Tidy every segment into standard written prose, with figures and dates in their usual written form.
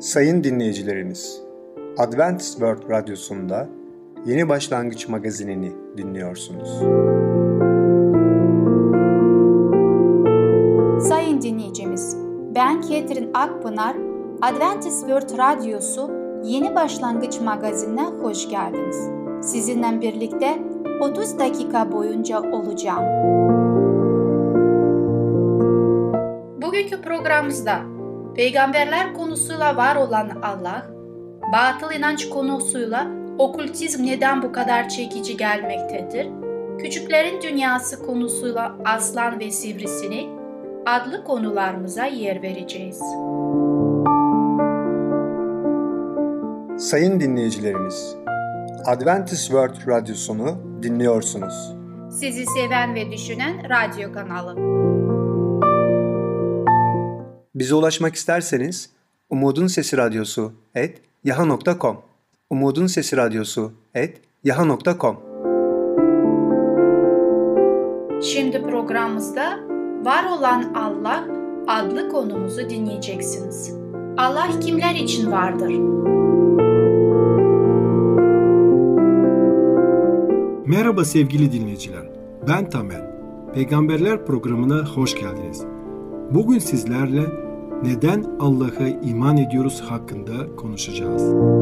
Sayın dinleyicilerimiz, Adventist World Radyosu'nda Yeni Başlangıç Magazinini dinliyorsunuz. Sayın dinleyicimiz, ben Ketrin Akpınar, Adventist World Radyosu Yeni Başlangıç Magazinine hoş geldiniz. Sizinle birlikte 30 dakika boyunca olacağım. Bugünkü programımızda peygamberler konusuyla var olan Allah, batıl inanç konusuyla okültizm neden bu kadar çekici gelmektedir, küçüklerin dünyası konusuyla aslan ve sivrisinek adlı konularımıza yer vereceğiz. Sayın dinleyicilerimiz, Adventist World Radyosunu dinliyorsunuz. Sizi seven ve düşünen radyo kanalı. Bize ulaşmak isterseniz umudunsesiradyosu@yaha.com umudunsesiradyosu@yaha.com. Şimdi programımızda Var olan Allah adlı konumuzu dinleyeceksiniz. Allah kimler için vardır? Merhaba sevgili dinleyiciler, ben Tamer. Peygamberler programına hoş geldiniz. Bugün sizlerle neden Allah'a iman ediyoruz hakkında konuşacağız.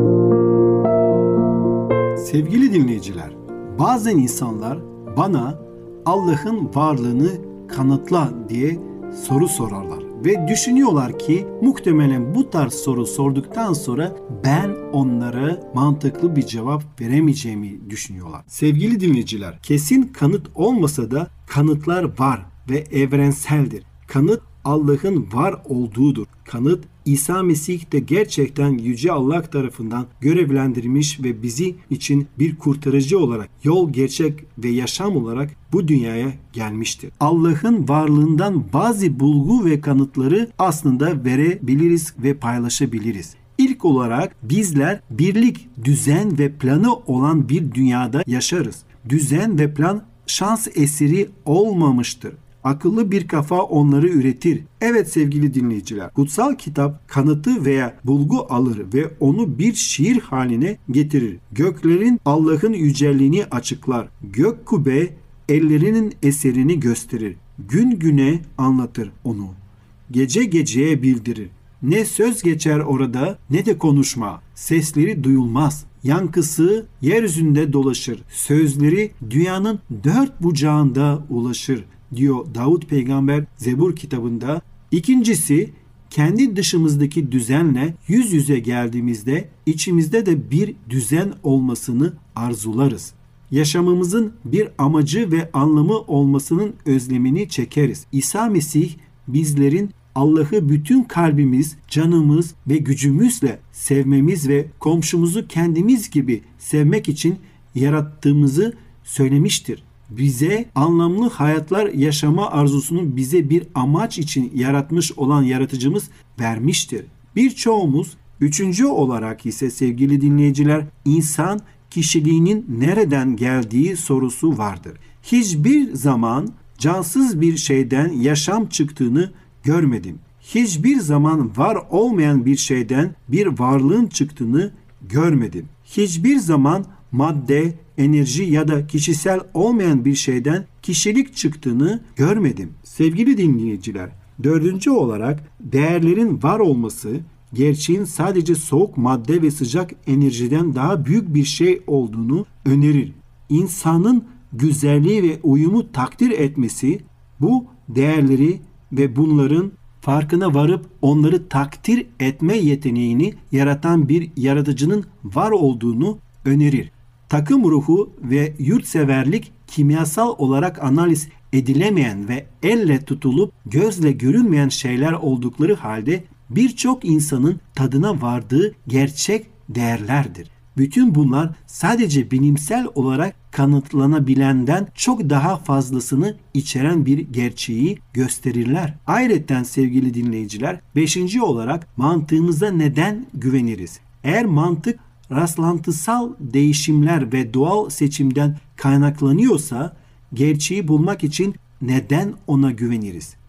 Sevgili dinleyiciler, bazen insanlar bana Allah'ın varlığını kanıtla diye soru sorarlar ve düşünüyorlar ki muhtemelen bu tarz soru sorduktan sonra ben onlara mantıklı bir cevap veremeyeceğimi düşünüyorlar. Sevgili dinleyiciler, kesin kanıt olmasa da kanıtlar var ve evrenseldir. Kanıt Allah'ın var olduğudur. Kanıt İsa Mesih de gerçekten Yüce Allah tarafından görevlendirilmiş ve bizi için bir kurtarıcı olarak yol, gerçek ve yaşam olarak bu dünyaya gelmiştir. Allah'ın varlığından bazı bulgu ve kanıtları aslında verebiliriz ve paylaşabiliriz. İlk olarak bizler birlik, düzen ve planı olan bir dünyada yaşarız. Düzen ve plan şans eseri olmamıştır. Akıllı bir kafa onları üretir. Evet sevgili dinleyiciler, kutsal kitap kanıtı veya bulgu alır ve onu bir şiir haline getirir. Göklerin Allah'ın yüceliğini açıklar. Gök kubbe ellerinin eserini gösterir. Gün güne anlatır onu. Gece geceye bildirir. Ne söz geçer orada ne de konuşma. Sesleri duyulmaz. Yankısı yeryüzünde dolaşır. Sözleri dünyanın dört bucağında ulaşır diyor Davut Peygamber Zebur kitabında. İkincisi, kendi dışımızdaki düzenle yüz yüze geldiğimizde içimizde de bir düzen olmasını arzularız. Yaşamımızın bir amacı ve anlamı olmasının özlemini çekeriz. İsa Mesih bizlerin Allah'ı bütün kalbimiz, canımız ve gücümüzle sevmemiz ve komşumuzu kendimiz gibi sevmek için yarattığımızı söylemiştir. Bize anlamlı hayatlar yaşama arzusunu bize bir amaç için yaratmış olan yaratıcımız vermiştir. Birçoğumuz üçüncü olarak ise sevgili dinleyiciler, insan kişiliğinin nereden geldiği sorusu vardır. Hiçbir zaman cansız bir şeyden yaşam çıktığını görmedim. Hiçbir zaman var olmayan bir şeyden bir varlığın çıktığını görmedim. Hiçbir zaman madde, enerji ya da kişisel olmayan bir şeyden kişilik çıktığını görmedim. Sevgili dinleyiciler, dördüncü olarak değerlerin var olması, gerçeğin sadece soğuk madde ve sıcak enerjiden daha büyük bir şey olduğunu önerir. İnsanın güzelliği ve uyumu takdir etmesi, bu değerleri ve bunların farkına varıp onları takdir etme yeteneğini yaratan bir yaratıcının var olduğunu önerir. Takım ruhu ve yurtseverlik kimyasal olarak analiz edilemeyen ve elle tutulup gözle görünmeyen şeyler oldukları halde birçok insanın tadına vardığı gerçek değerlerdir. Bütün bunlar sadece bilimsel olarak kanıtlanabilenden çok daha fazlasını içeren bir gerçeği gösterirler. Ayrıca sevgili dinleyiciler, beşinci olarak mantığımıza neden güveniriz? Eğer mantık rastlantısal değişimler ve doğal seçimden kaynaklanıyorsa gerçeği bulmak için neden ona güveniriz?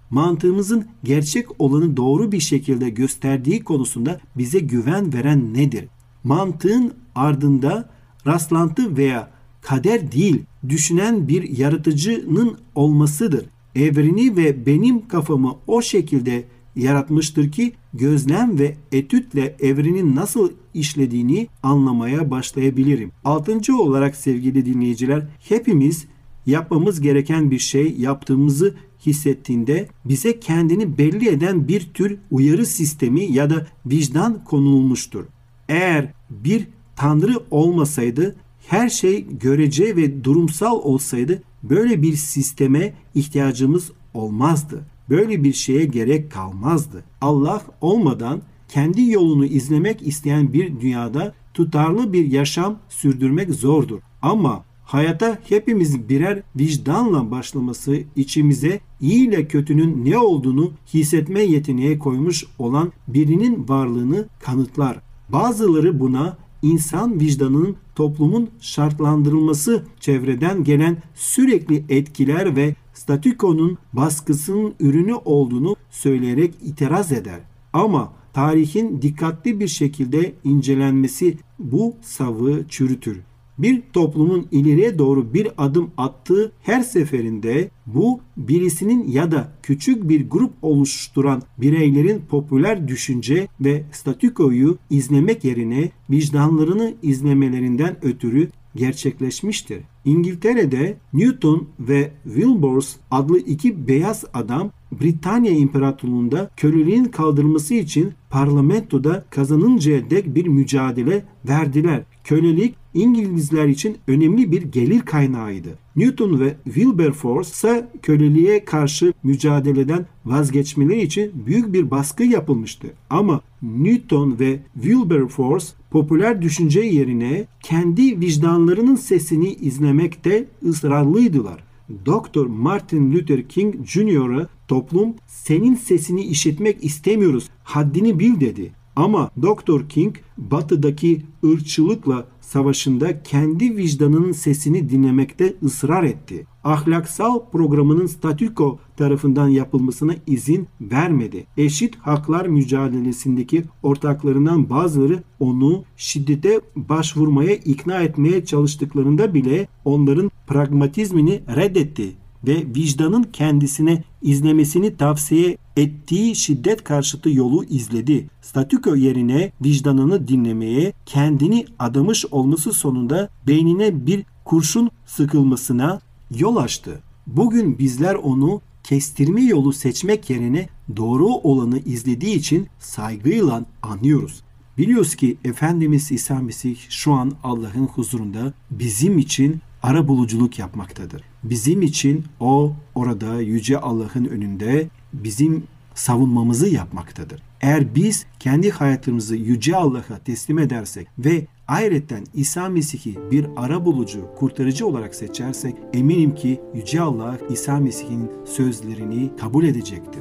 mantığımızın gerçek olanı doğru bir şekilde gösterdiği konusunda bize güven veren nedir? Mantığın ardında rastlantı veya kader değil, düşünen bir yaratıcının olmasıdır. Evreni ve benim kafamı o şekilde yaratmıştır ki gözlem ve etütle evrenin nasıl işlediğini anlamaya başlayabilirim. 6. olarak sevgili dinleyiciler, hepimiz yapmamız gereken bir şey yaptığımızı hissettiğinde bize kendini belli eden bir tür uyarı sistemi ya da vicdan konulmuştur. Eğer bir tanrı olmasaydı, her şey görece ve durumsal olsaydı böyle bir sisteme ihtiyacımız olmazdı. Böyle bir şeye gerek kalmazdı. Allah olmadan kendi yolunu izlemek isteyen bir dünyada tutarlı bir yaşam sürdürmek zordur. Ama hayata hepimiz birer vicdanla başlaması içimize iyi ile kötünün ne olduğunu hissetme yeteneği koymuş olan birinin varlığını kanıtlar. Bazıları buna insan vicdanının toplumun şartlandırılması, çevreden gelen sürekli etkiler ve statükonun baskısının ürünü olduğunu söyleyerek itiraz eder. Ama tarihin dikkatli bir şekilde incelenmesi bu savı çürütür. Bir toplumun ileriye doğru bir adım attığı her seferinde bu birisinin ya da küçük bir grup oluşturan bireylerin popüler düşünce ve statükoyu izlemek yerine vicdanlarını izlemelerinden ötürü gerçekleşmiştir. İngiltere'de Newton ve Wilberforce adlı iki beyaz adam Britanya İmparatorluğu'nda köleliğin kaldırılması için parlamentoda kazanıncaya dek bir mücadele verdiler. Kölelik İngilizler için önemli bir gelir kaynağıydı. Newton ve Wilberforce ise köleliğe karşı mücadeleden vazgeçmeleri için büyük bir baskı yapılmıştı. Ama Newton ve Wilberforce popüler düşünce yerine kendi vicdanlarının sesini izlemekte ısrarlıydılar. Dr. Martin Luther King Jr.'a toplum senin sesini işitmek istemiyoruz, haddini bil dedi. Ama Dr. King batıdaki ırkçılıkla savaşında kendi vicdanının sesini dinlemekte ısrar etti. Ahlaksal programının statüko tarafından yapılmasına izin vermedi. Eşit haklar mücadelesindeki ortaklarından bazıları onu şiddete başvurmaya ikna etmeye çalıştıklarında bile onların pragmatizmini reddetti ve vicdanın kendisine izlemesini tavsiye ettiği şiddet karşıtı yolu izledi. Statüko yerine vicdanını dinlemeye kendini adamış olması sonunda beynine bir kurşun sıkılmasına yol açtı. Bugün bizler onu kestirme yolu seçmek yerine doğru olanı izlediği için saygıyla anıyoruz. Biliyoruz ki Efendimiz İsa Mesih şu an Allah'ın huzurunda bizim için arabuluculuk yapmaktadır. Bizim için o orada Yüce Allah'ın önünde bizim savunmamızı yapmaktadır. Eğer biz kendi hayatımızı Yüce Allah'a teslim edersek ve ayrıca İsa Mesih'i bir arabulucu, kurtarıcı olarak seçersek eminim ki Yüce Allah İsa Mesih'in sözlerini kabul edecektir.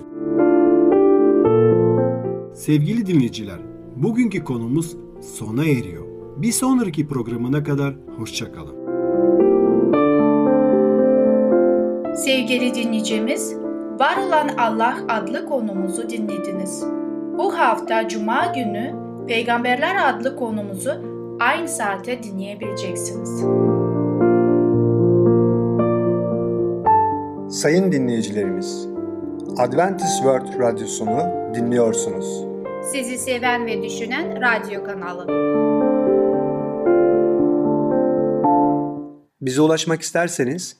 Sevgili dinleyiciler, bugünkü konumuz sona eriyor. Bir sonraki programına kadar hoşça kalın. Sevgili dinleyicimiz, Var olan Allah adlı konumuzu dinlediniz. Bu hafta Cuma günü Peygamberler adlı konumuzu aynı saate dinleyebileceksiniz. Sayın dinleyicilerimiz, Adventist World Radyosunu dinliyorsunuz. Sizi seven ve düşünen radyo kanalı. Bize ulaşmak isterseniz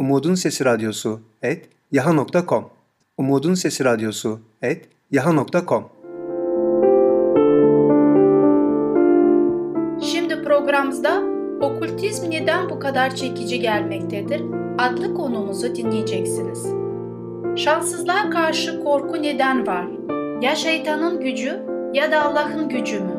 umudunsesiradyosu@yaha.com umudunsesiradyosu@yaha.com. Şimdi programımızda okültizm neden bu kadar çekici gelmektedir adlı konumuzu dinleyeceksiniz. Şanssızlığa karşı korku neden var? Ya şeytanın gücü ya da Allah'ın gücü mü?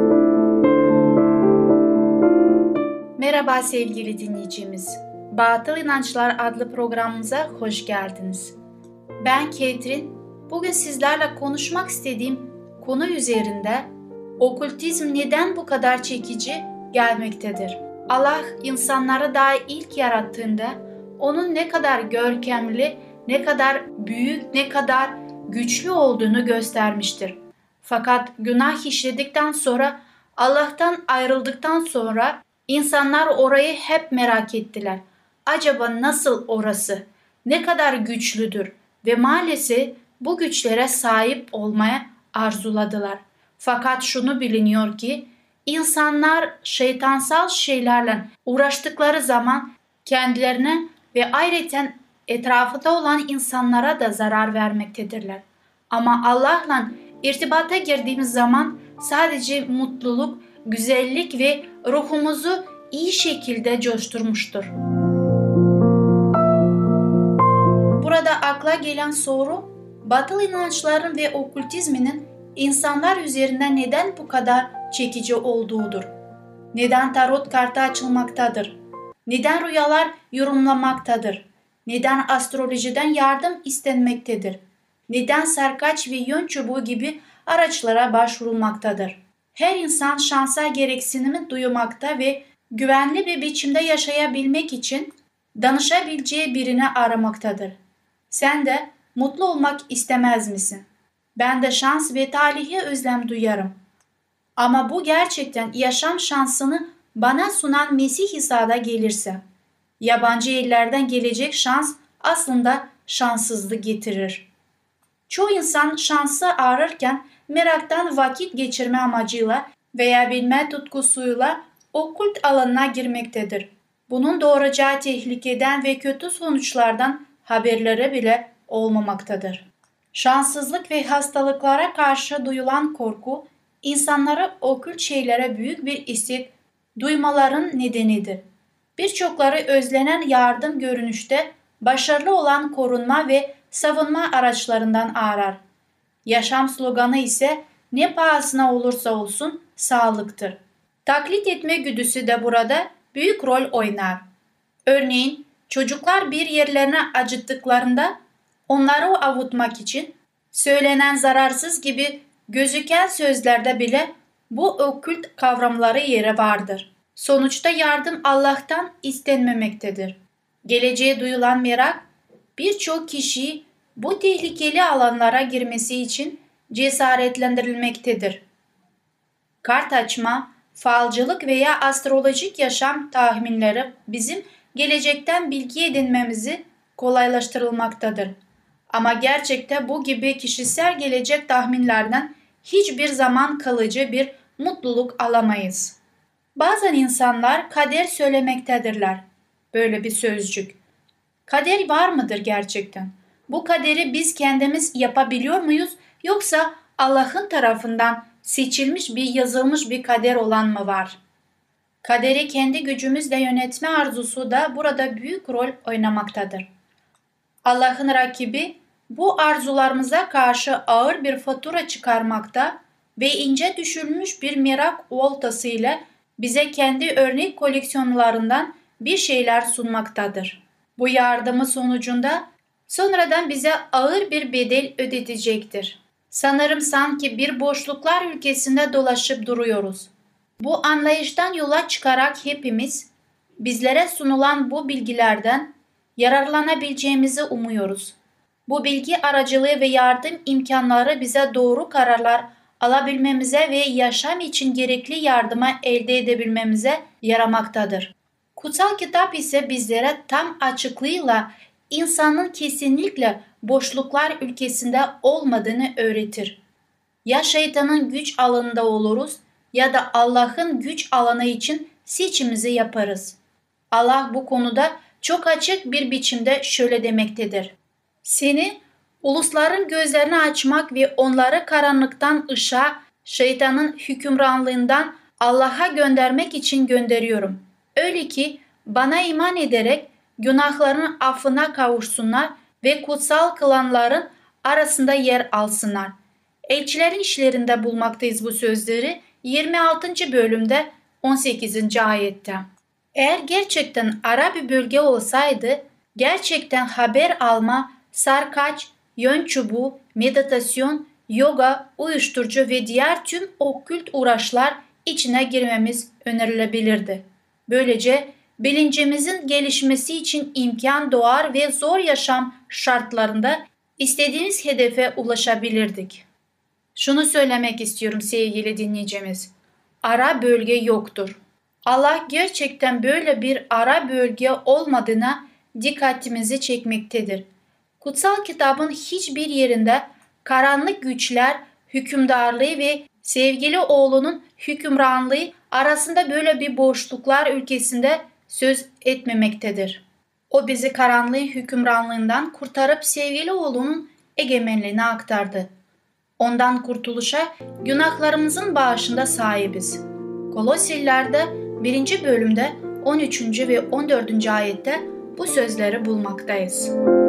Merhaba sevgili dinleyicimiz. Batıl İnançlar adlı programımıza hoş geldiniz. Ben Catherine. Bugün sizlerle konuşmak istediğim konu üzerinde okültizm neden bu kadar çekici gelmektedir? Allah insanları daha ilk yarattığında onun ne kadar görkemli ne kadar büyük, ne kadar güçlü olduğunu göstermiştir. Fakat günah işledikten sonra, Allah'tan ayrıldıktan sonra insanlar orayı hep merak ettiler. Acaba nasıl orası? Ne kadar güçlüdür? Ve maalesef bu güçlere sahip olmaya arzuladılar. Fakat şunu biliniyor ki insanlar şeytansal şeylerle uğraştıkları zaman kendilerine ve ayrıca etrafında olan insanlara da zarar vermektedirler. Ama Allah'la irtibata girdiğimiz zaman sadece mutluluk, güzellik ve ruhumuzu iyi şekilde coşturmuştur. Burada akla gelen soru, batıl inançların ve okültizminin insanlar üzerinde neden bu kadar çekici olduğudur. Neden tarot kartı açılmaktadır? Neden rüyalar yorumlamaktadır? Neden astrolojiden yardım istenmektedir? Neden sarkaç ve yön çubuğu gibi araçlara başvurulmaktadır? Her insan şansa gereksinimi duymakta ve güvenli bir biçimde yaşayabilmek için danışabileceği birini aramaktadır. Sen de mutlu olmak istemez misin? Ben de şans ve talihe özlem duyarım. Ama bu gerçekten yaşam şansını bana sunan Mesih İsa'da gelirse, yabancı ellerden gelecek şans aslında şanssızlık getirir. Çoğu insan şansı ararken meraktan vakit geçirme amacıyla veya bilme tutkusuyla okült alanına girmektedir. Bunun doğuracağı tehlikeden ve kötü sonuçlardan haberleri bile olmamaktadır. Şanssızlık ve hastalıklara karşı duyulan korku, insanlara okült şeylere büyük bir istek duymaların nedenidir. Birçokları özlenen yardım görünüşte başarılı olan korunma ve savunma araçlarından arar. Yaşam sloganı ise ne pahasına olursa olsun sağlıktır. Taklit etme güdüsü de burada büyük rol oynar. Örneğin çocuklar bir yerlerine acıttıklarında onları avutmak için söylenen zararsız gibi gözüken sözlerde bile bu okült kavramları yeri vardır. Sonuçta yardım Allah'tan istenmemektedir. Geleceğe duyulan merak birçok kişiyi bu tehlikeli alanlara girmesi için cesaretlendirilmektedir. Kart açma, falcılık veya astrolojik yaşam tahminleri bizim gelecekten bilgi edinmemizi kolaylaştırılmaktadır. Ama gerçekte bu gibi kişisel gelecek tahminlerden hiçbir zaman kalıcı bir mutluluk alamayız. Bazen insanlar kader söylemektedirler. Böyle bir sözcük. Kader var mıdır gerçekten? Bu kaderi biz kendimiz yapabiliyor muyuz yoksa Allah'ın tarafından seçilmiş bir yazılmış bir kader olan mı var? Kaderi kendi gücümüzle yönetme arzusu da burada büyük rol oynamaktadır. Allah'ın rakibi bu arzularımıza karşı ağır bir fatura çıkarmakta ve ince düşülmüş bir merak oltası ile bize kendi örnek koleksiyonlarından bir şeyler sunmaktadır. Bu yardımı sonucunda sonradan bize ağır bir bedel ödetecektir. Sanırım sanki bir boşluklar ülkesinde dolaşıp duruyoruz. Bu anlayıştan yola çıkarak hepimiz bizlere sunulan bu bilgilerden yararlanabileceğimizi umuyoruz. Bu bilgi aracılığı ve yardım imkanları bize doğru kararlar alabilmemize ve yaşam için gerekli yardımı elde edebilmemize yaramaktadır. Kutsal kitap ise bizlere tam açıklığıyla insanın kesinlikle boşluklar ülkesinde olmadığını öğretir. Ya şeytanın güç alanında oluruz ya da Allah'ın güç alanı için seçimimizi yaparız. Allah bu konuda çok açık bir biçimde şöyle demektedir. Seni ulusların gözlerini açmak ve onları karanlıktan ışığa, şeytanın hükümranlığından Allah'a göndermek için gönderiyorum. Öyle ki bana iman ederek günahlarının affına kavuşsunlar ve kutsal kılanların arasında yer alsınlar. Elçilerin işlerinde bulmaktayız bu sözleri 26. bölümde 18. ayette. Eğer gerçekten ara bir bölge olsaydı, gerçekten haber alma, sarkaç, yön çubuğu, meditasyon, yoga, uyuşturucu ve diğer tüm okült uğraşlar içine girmemiz önerilebilirdi. Böylece bilincimizin gelişmesi için imkan doğar ve zor yaşam şartlarında istediğimiz hedefe ulaşabilirdik. Şunu söylemek istiyorum sevgili dinleyicimiz. Ara bölge yoktur. Allah gerçekten böyle bir ara bölge olmadığına dikkatimizi çekmektedir. Kutsal kitabın hiçbir yerinde karanlık güçler hükümdarlığı ve sevgili oğlunun hükümranlığı arasında böyle bir boşluklar ülkesinde söz etmemektedir. O bizi karanlığın hükümranlığından kurtarıp sevgili oğlunun egemenliğine aktardı. Ondan kurtuluşa günahlarımızın bağışında sahibiz. Kolosililer'de 1. bölümde 13. ve 14. ayette bu sözleri bulmaktayız.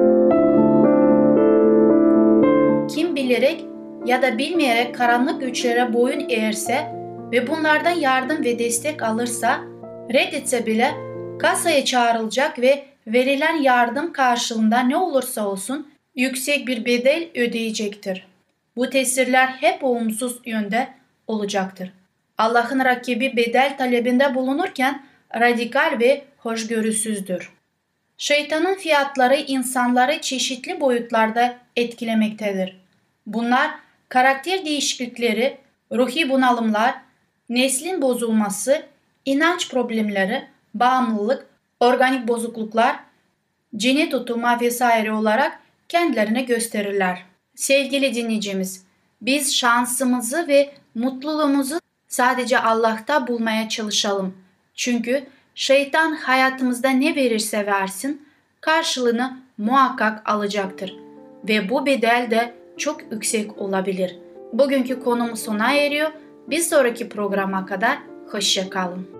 Kim bilerek ya da bilmeyerek karanlık güçlere boyun eğerse ve bunlardan yardım ve destek alırsa, reddetse bile kasaya çağrılacak ve verilen yardım karşılığında ne olursa olsun yüksek bir bedel ödeyecektir. Bu tesirler hep olumsuz yönde olacaktır. Allah'ın rakibi bedel talebinde bulunurken radikal ve hoşgörüsüzdür. Şeytanın fiyatları insanları çeşitli boyutlarda etkilemektedir. Bunlar karakter değişiklikleri, ruhi bunalımlar, neslin bozulması, inanç problemleri, bağımlılık, organik bozukluklar, cini tutulma vesaire olarak kendilerine gösterirler. Sevgili dinleyicimiz, biz şansımızı ve mutluluğumuzu sadece Allah'ta bulmaya çalışalım. Çünkü şeytan hayatımızda ne verirse versin, karşılığını muhakkak alacaktır. Ve bu bedel de çok yüksek olabilir. Bugünkü konumuz sona eriyor. Bir sonraki programa kadar hoşça kalın.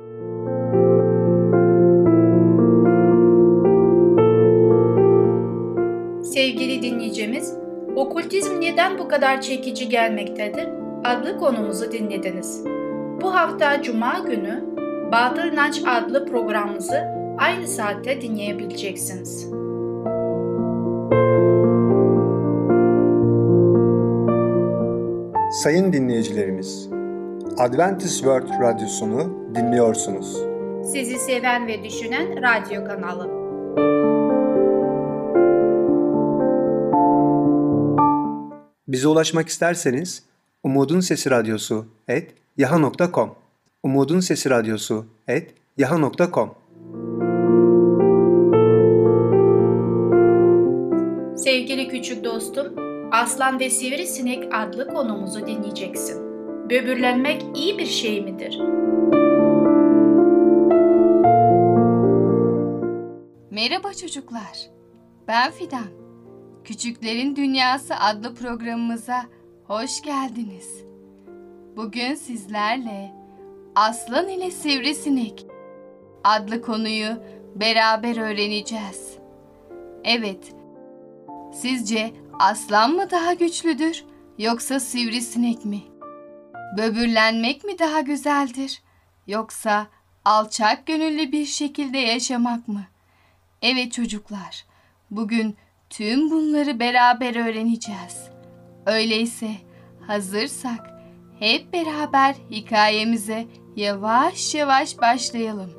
Sevgili dinleyicimiz, okültizm neden bu kadar çekici gelmektedir adlı konumuzu dinlediniz. Bu hafta Cuma günü Batıl İnanç adlı programımızı aynı saatte dinleyebileceksiniz. Sayın dinleyicilerimiz, Adventist World Radyosunu dinliyorsunuz. Sizi seven ve düşünen radyo kanalı. Bize ulaşmak isterseniz umudunsesiradyosu@yahoo.com umudunsesiradyosu@yahoo.com. Sevgili küçük dostum, Aslan ve Sivrisinek adlı konumuzu dinleyeceksin. Böbürlenmek iyi bir şey midir? Merhaba çocuklar, ben Fidan. Küçüklerin Dünyası adlı programımıza hoş geldiniz. Bugün sizlerle Aslan ile Sivrisinek adlı konuyu beraber öğreneceğiz. Evet, sizce aslan mı daha güçlüdür yoksa sivrisinek mi? Böbürlenmek mi daha güzeldir yoksa alçak gönüllü bir şekilde yaşamak mı? Evet çocuklar, bugün tüm bunları beraber öğreneceğiz. Öyleyse hazırsak hep beraber hikayemize yavaş yavaş başlayalım.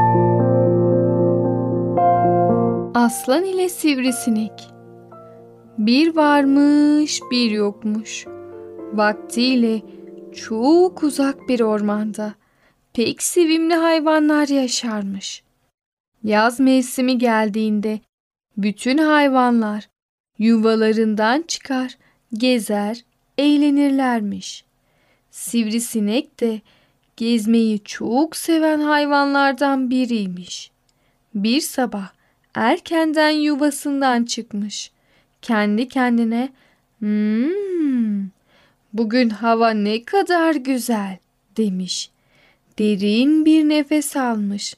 Aslan ile Sivrisinek. Bir varmış, bir yokmuş. Vaktiyle çok uzak bir ormanda pek sevimli hayvanlar yaşarmış. Yaz mevsimi geldiğinde bütün hayvanlar yuvalarından çıkar, gezer, eğlenirlermiş. Sivrisinek de gezmeyi çok seven hayvanlardan biriymiş. Bir sabah erkenden yuvasından çıkmış. Kendi kendine, bugün hava ne kadar güzel demiş. Derin bir nefes almış.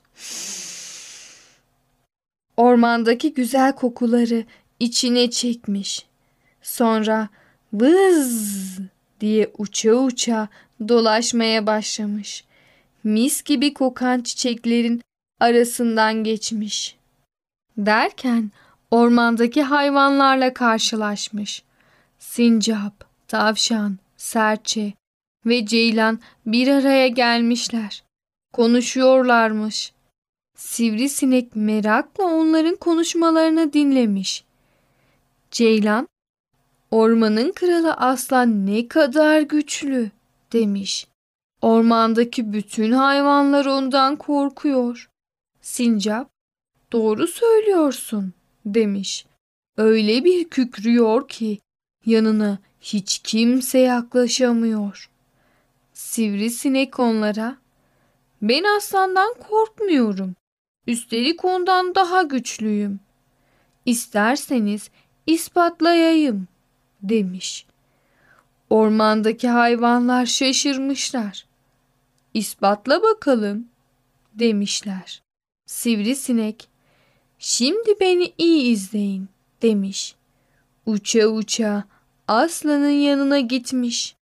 Ormandaki güzel kokuları içine çekmiş. Sonra vız diye uça uça dolaşmaya başlamış. Mis gibi kokan çiçeklerin arasından geçmiş. Derken ormandaki hayvanlarla karşılaşmış. Sincap, tavşan, serçe ve ceylan bir araya gelmişler. Konuşuyorlarmış. Sivrisinek merakla onların konuşmalarını dinlemiş. Ceylan, "Ormanın kralı aslan ne kadar güçlü," demiş. "Ormandaki bütün hayvanlar ondan korkuyor." Sincap, "Doğru söylüyorsun," demiş. "Öyle bir kükrüyor ki yanına hiç kimse yaklaşamıyor." Sivrisinek onlara, "Ben aslandan korkmuyorum. Üstelik ondan daha güçlüyüm. İsterseniz ispatlayayım," demiş. Ormandaki hayvanlar şaşırmışlar. "İspatla bakalım," demişler. Sivrisinek, "Şimdi beni iyi izleyin," demiş. Uça uça aslanın yanına gitmiş.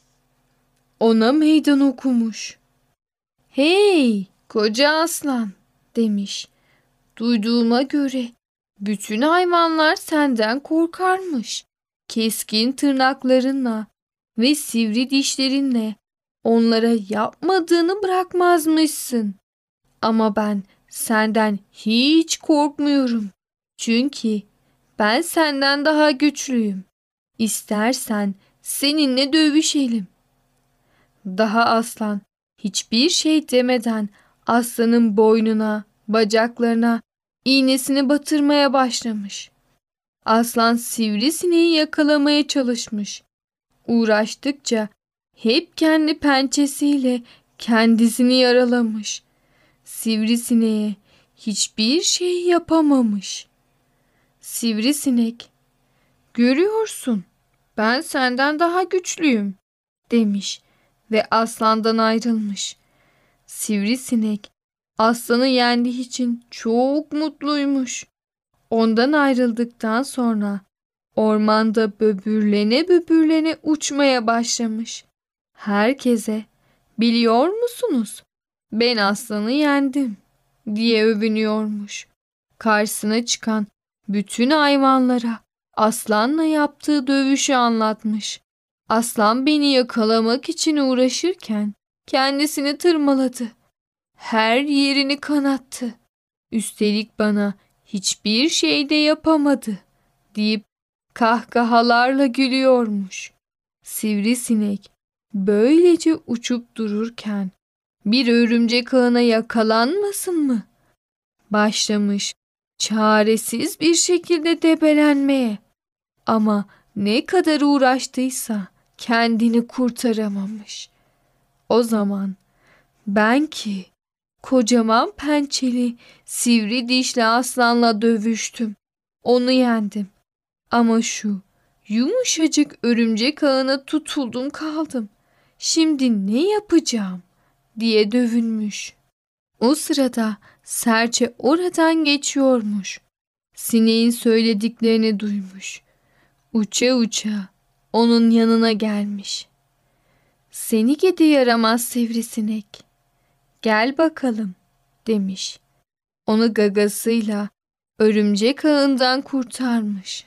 Ona meydan okumuş. "Hey koca aslan," demiş. "Duyduğuma göre bütün hayvanlar senden korkarmış. Keskin tırnaklarınla ve sivri dişlerinle onlara yapmadığını bırakmazmışsın. Ama ben senden hiç korkmuyorum. Çünkü ben senden daha güçlüyüm. İstersen seninle dövüşelim." Daha aslan hiçbir şey demeden aslanın boynuna, bacaklarına iğnesini batırmaya başlamış. Aslan sivrisineği yakalamaya çalışmış. Uğraştıkça hep kendi pençesiyle kendisini yaralamış. Sivrisineğe hiçbir şey yapamamış. Sivrisinek, "Görüyorsun, ben senden daha güçlüyüm," demiş ve aslandan ayrılmış. Sivrisinek aslanı yendiği için çok mutluymuş. Ondan ayrıldıktan sonra ormanda böbürlene böbürlene uçmaya başlamış. Herkese, "Biliyor musunuz? Ben aslanı yendim," diye övünüyormuş. Karşısına çıkan bütün hayvanlara aslanla yaptığı dövüşü anlatmış. Aslan beni yakalamak için uğraşırken kendisini tırmaladı. Her yerini kanattı. Üstelik bana hiçbir şey de yapamadı, deyip kahkahalarla gülüyormuş. Sivrisinek böylece uçup dururken bir örümcek ağına yakalanmasın mı? Başlamış çaresiz bir şekilde debelenmeye. Ama ne kadar uğraştıysa kendini kurtaramamış. O zaman ben ki kocaman pençeli, sivri dişli aslanla dövüştüm. Onu yendim. Ama şu yumuşacık örümcek ağına tutuldum kaldım. Şimdi ne yapacağım diye dövünmüş. O sırada serçe oradan geçiyormuş. Sineğin söylediklerini duymuş. Uça uça onun yanına gelmiş. "Seni gidi yaramaz sivrisinek, gel bakalım," demiş. Onu gagasıyla örümcek ağından kurtarmış.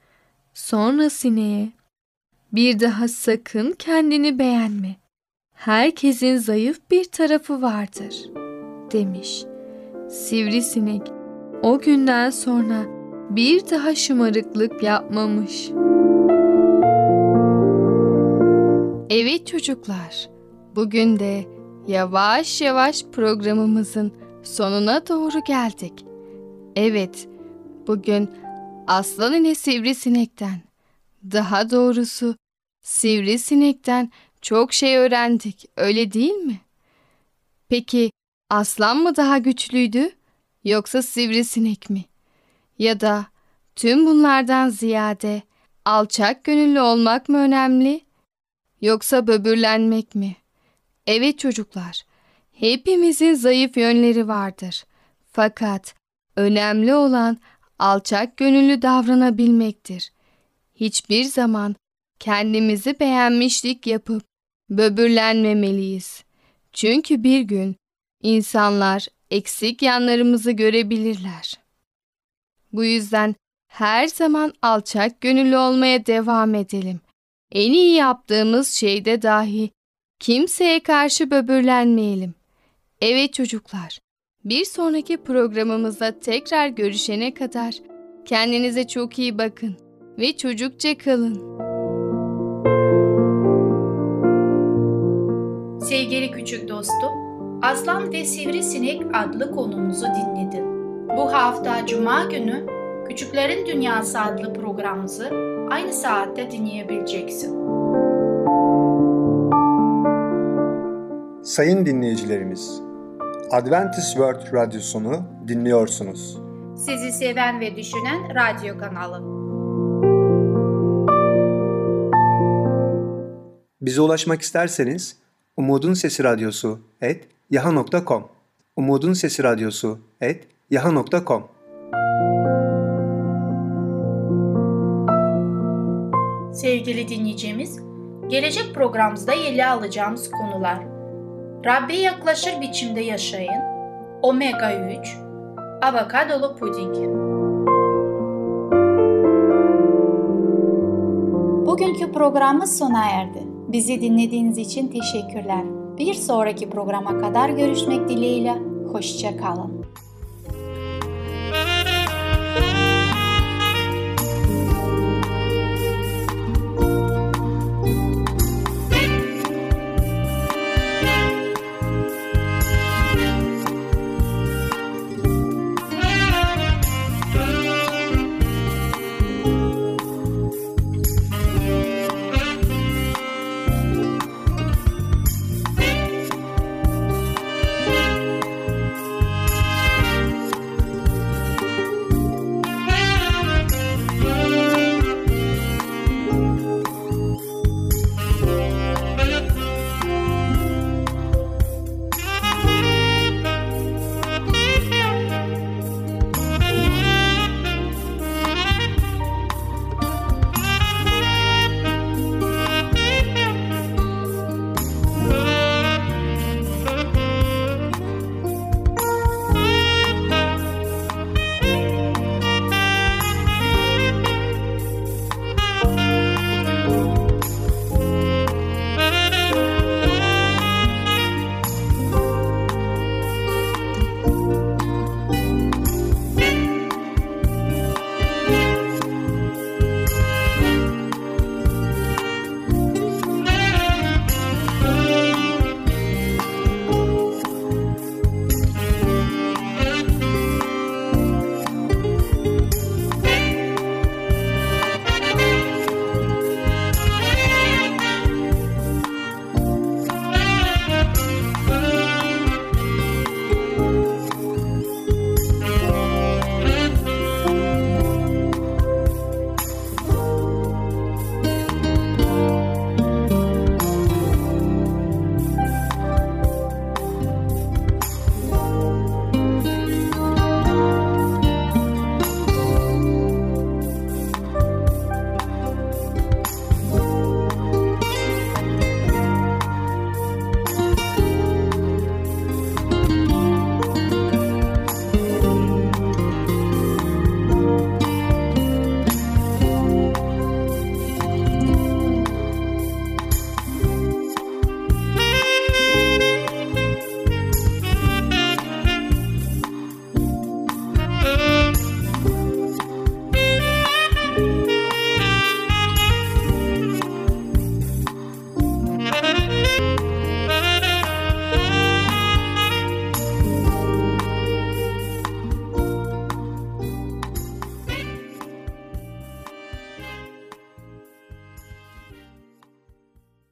Sonra sineğe, "Bir daha sakın kendini beğenme. Herkesin zayıf bir tarafı vardır," demiş. Sivrisinek o günden sonra bir daha şımarıklık yapmamış. Evet çocuklar, bugün de yavaş yavaş programımızın sonuna doğru geldik. Evet, bugün aslan ile sivrisinekten, daha doğrusu sivrisinekten çok şey öğrendik, öyle değil mi? Peki aslan mı daha güçlüydü yoksa sivrisinek mi? Ya da tüm bunlardan ziyade alçak gönüllü olmak mı önemli yoksa böbürlenmek mi? Evet çocuklar, hepimizin zayıf yönleri vardır. Fakat önemli olan alçak gönüllü davranabilmektir. Hiçbir zaman kendimizi beğenmişlik yapıp böbürlenmemeliyiz. Çünkü bir gün insanlar eksik yanlarımızı görebilirler. Bu yüzden her zaman alçak gönüllü olmaya devam edelim. En iyi yaptığımız şeyde dahi kimseye karşı böbürlenmeyelim. Evet çocuklar, Bir sonraki programımızda tekrar görüşene kadar kendinize çok iyi bakın ve çocukça kalın. Sevgili küçük dostum, Aslan ve Sivrisinek adlı konumuzu dinledin. Bu hafta Cuma günü Küçüklerin Dünyası adlı programımızı aynı saatte dinleyebileceksin. Sayın dinleyicilerimiz, Adventist World Radyosunu dinliyorsunuz. Sizi seven ve düşünen radyo kanalı. Bize ulaşmak isterseniz umudunsesiradyosu@yahoo.com umudunsesiradyosu@yahoo.com Sevgili dinleyicimiz, gelecek programımızda ele alacağımız konular: Rabbe yaklaşır biçimde yaşayın, Omega 3, avokadolu puding. Bugünkü programımız sona erdi. Bizi dinlediğiniz için teşekkürler. Bir sonraki programa kadar görüşmek dileğiyle, hoşça kalın.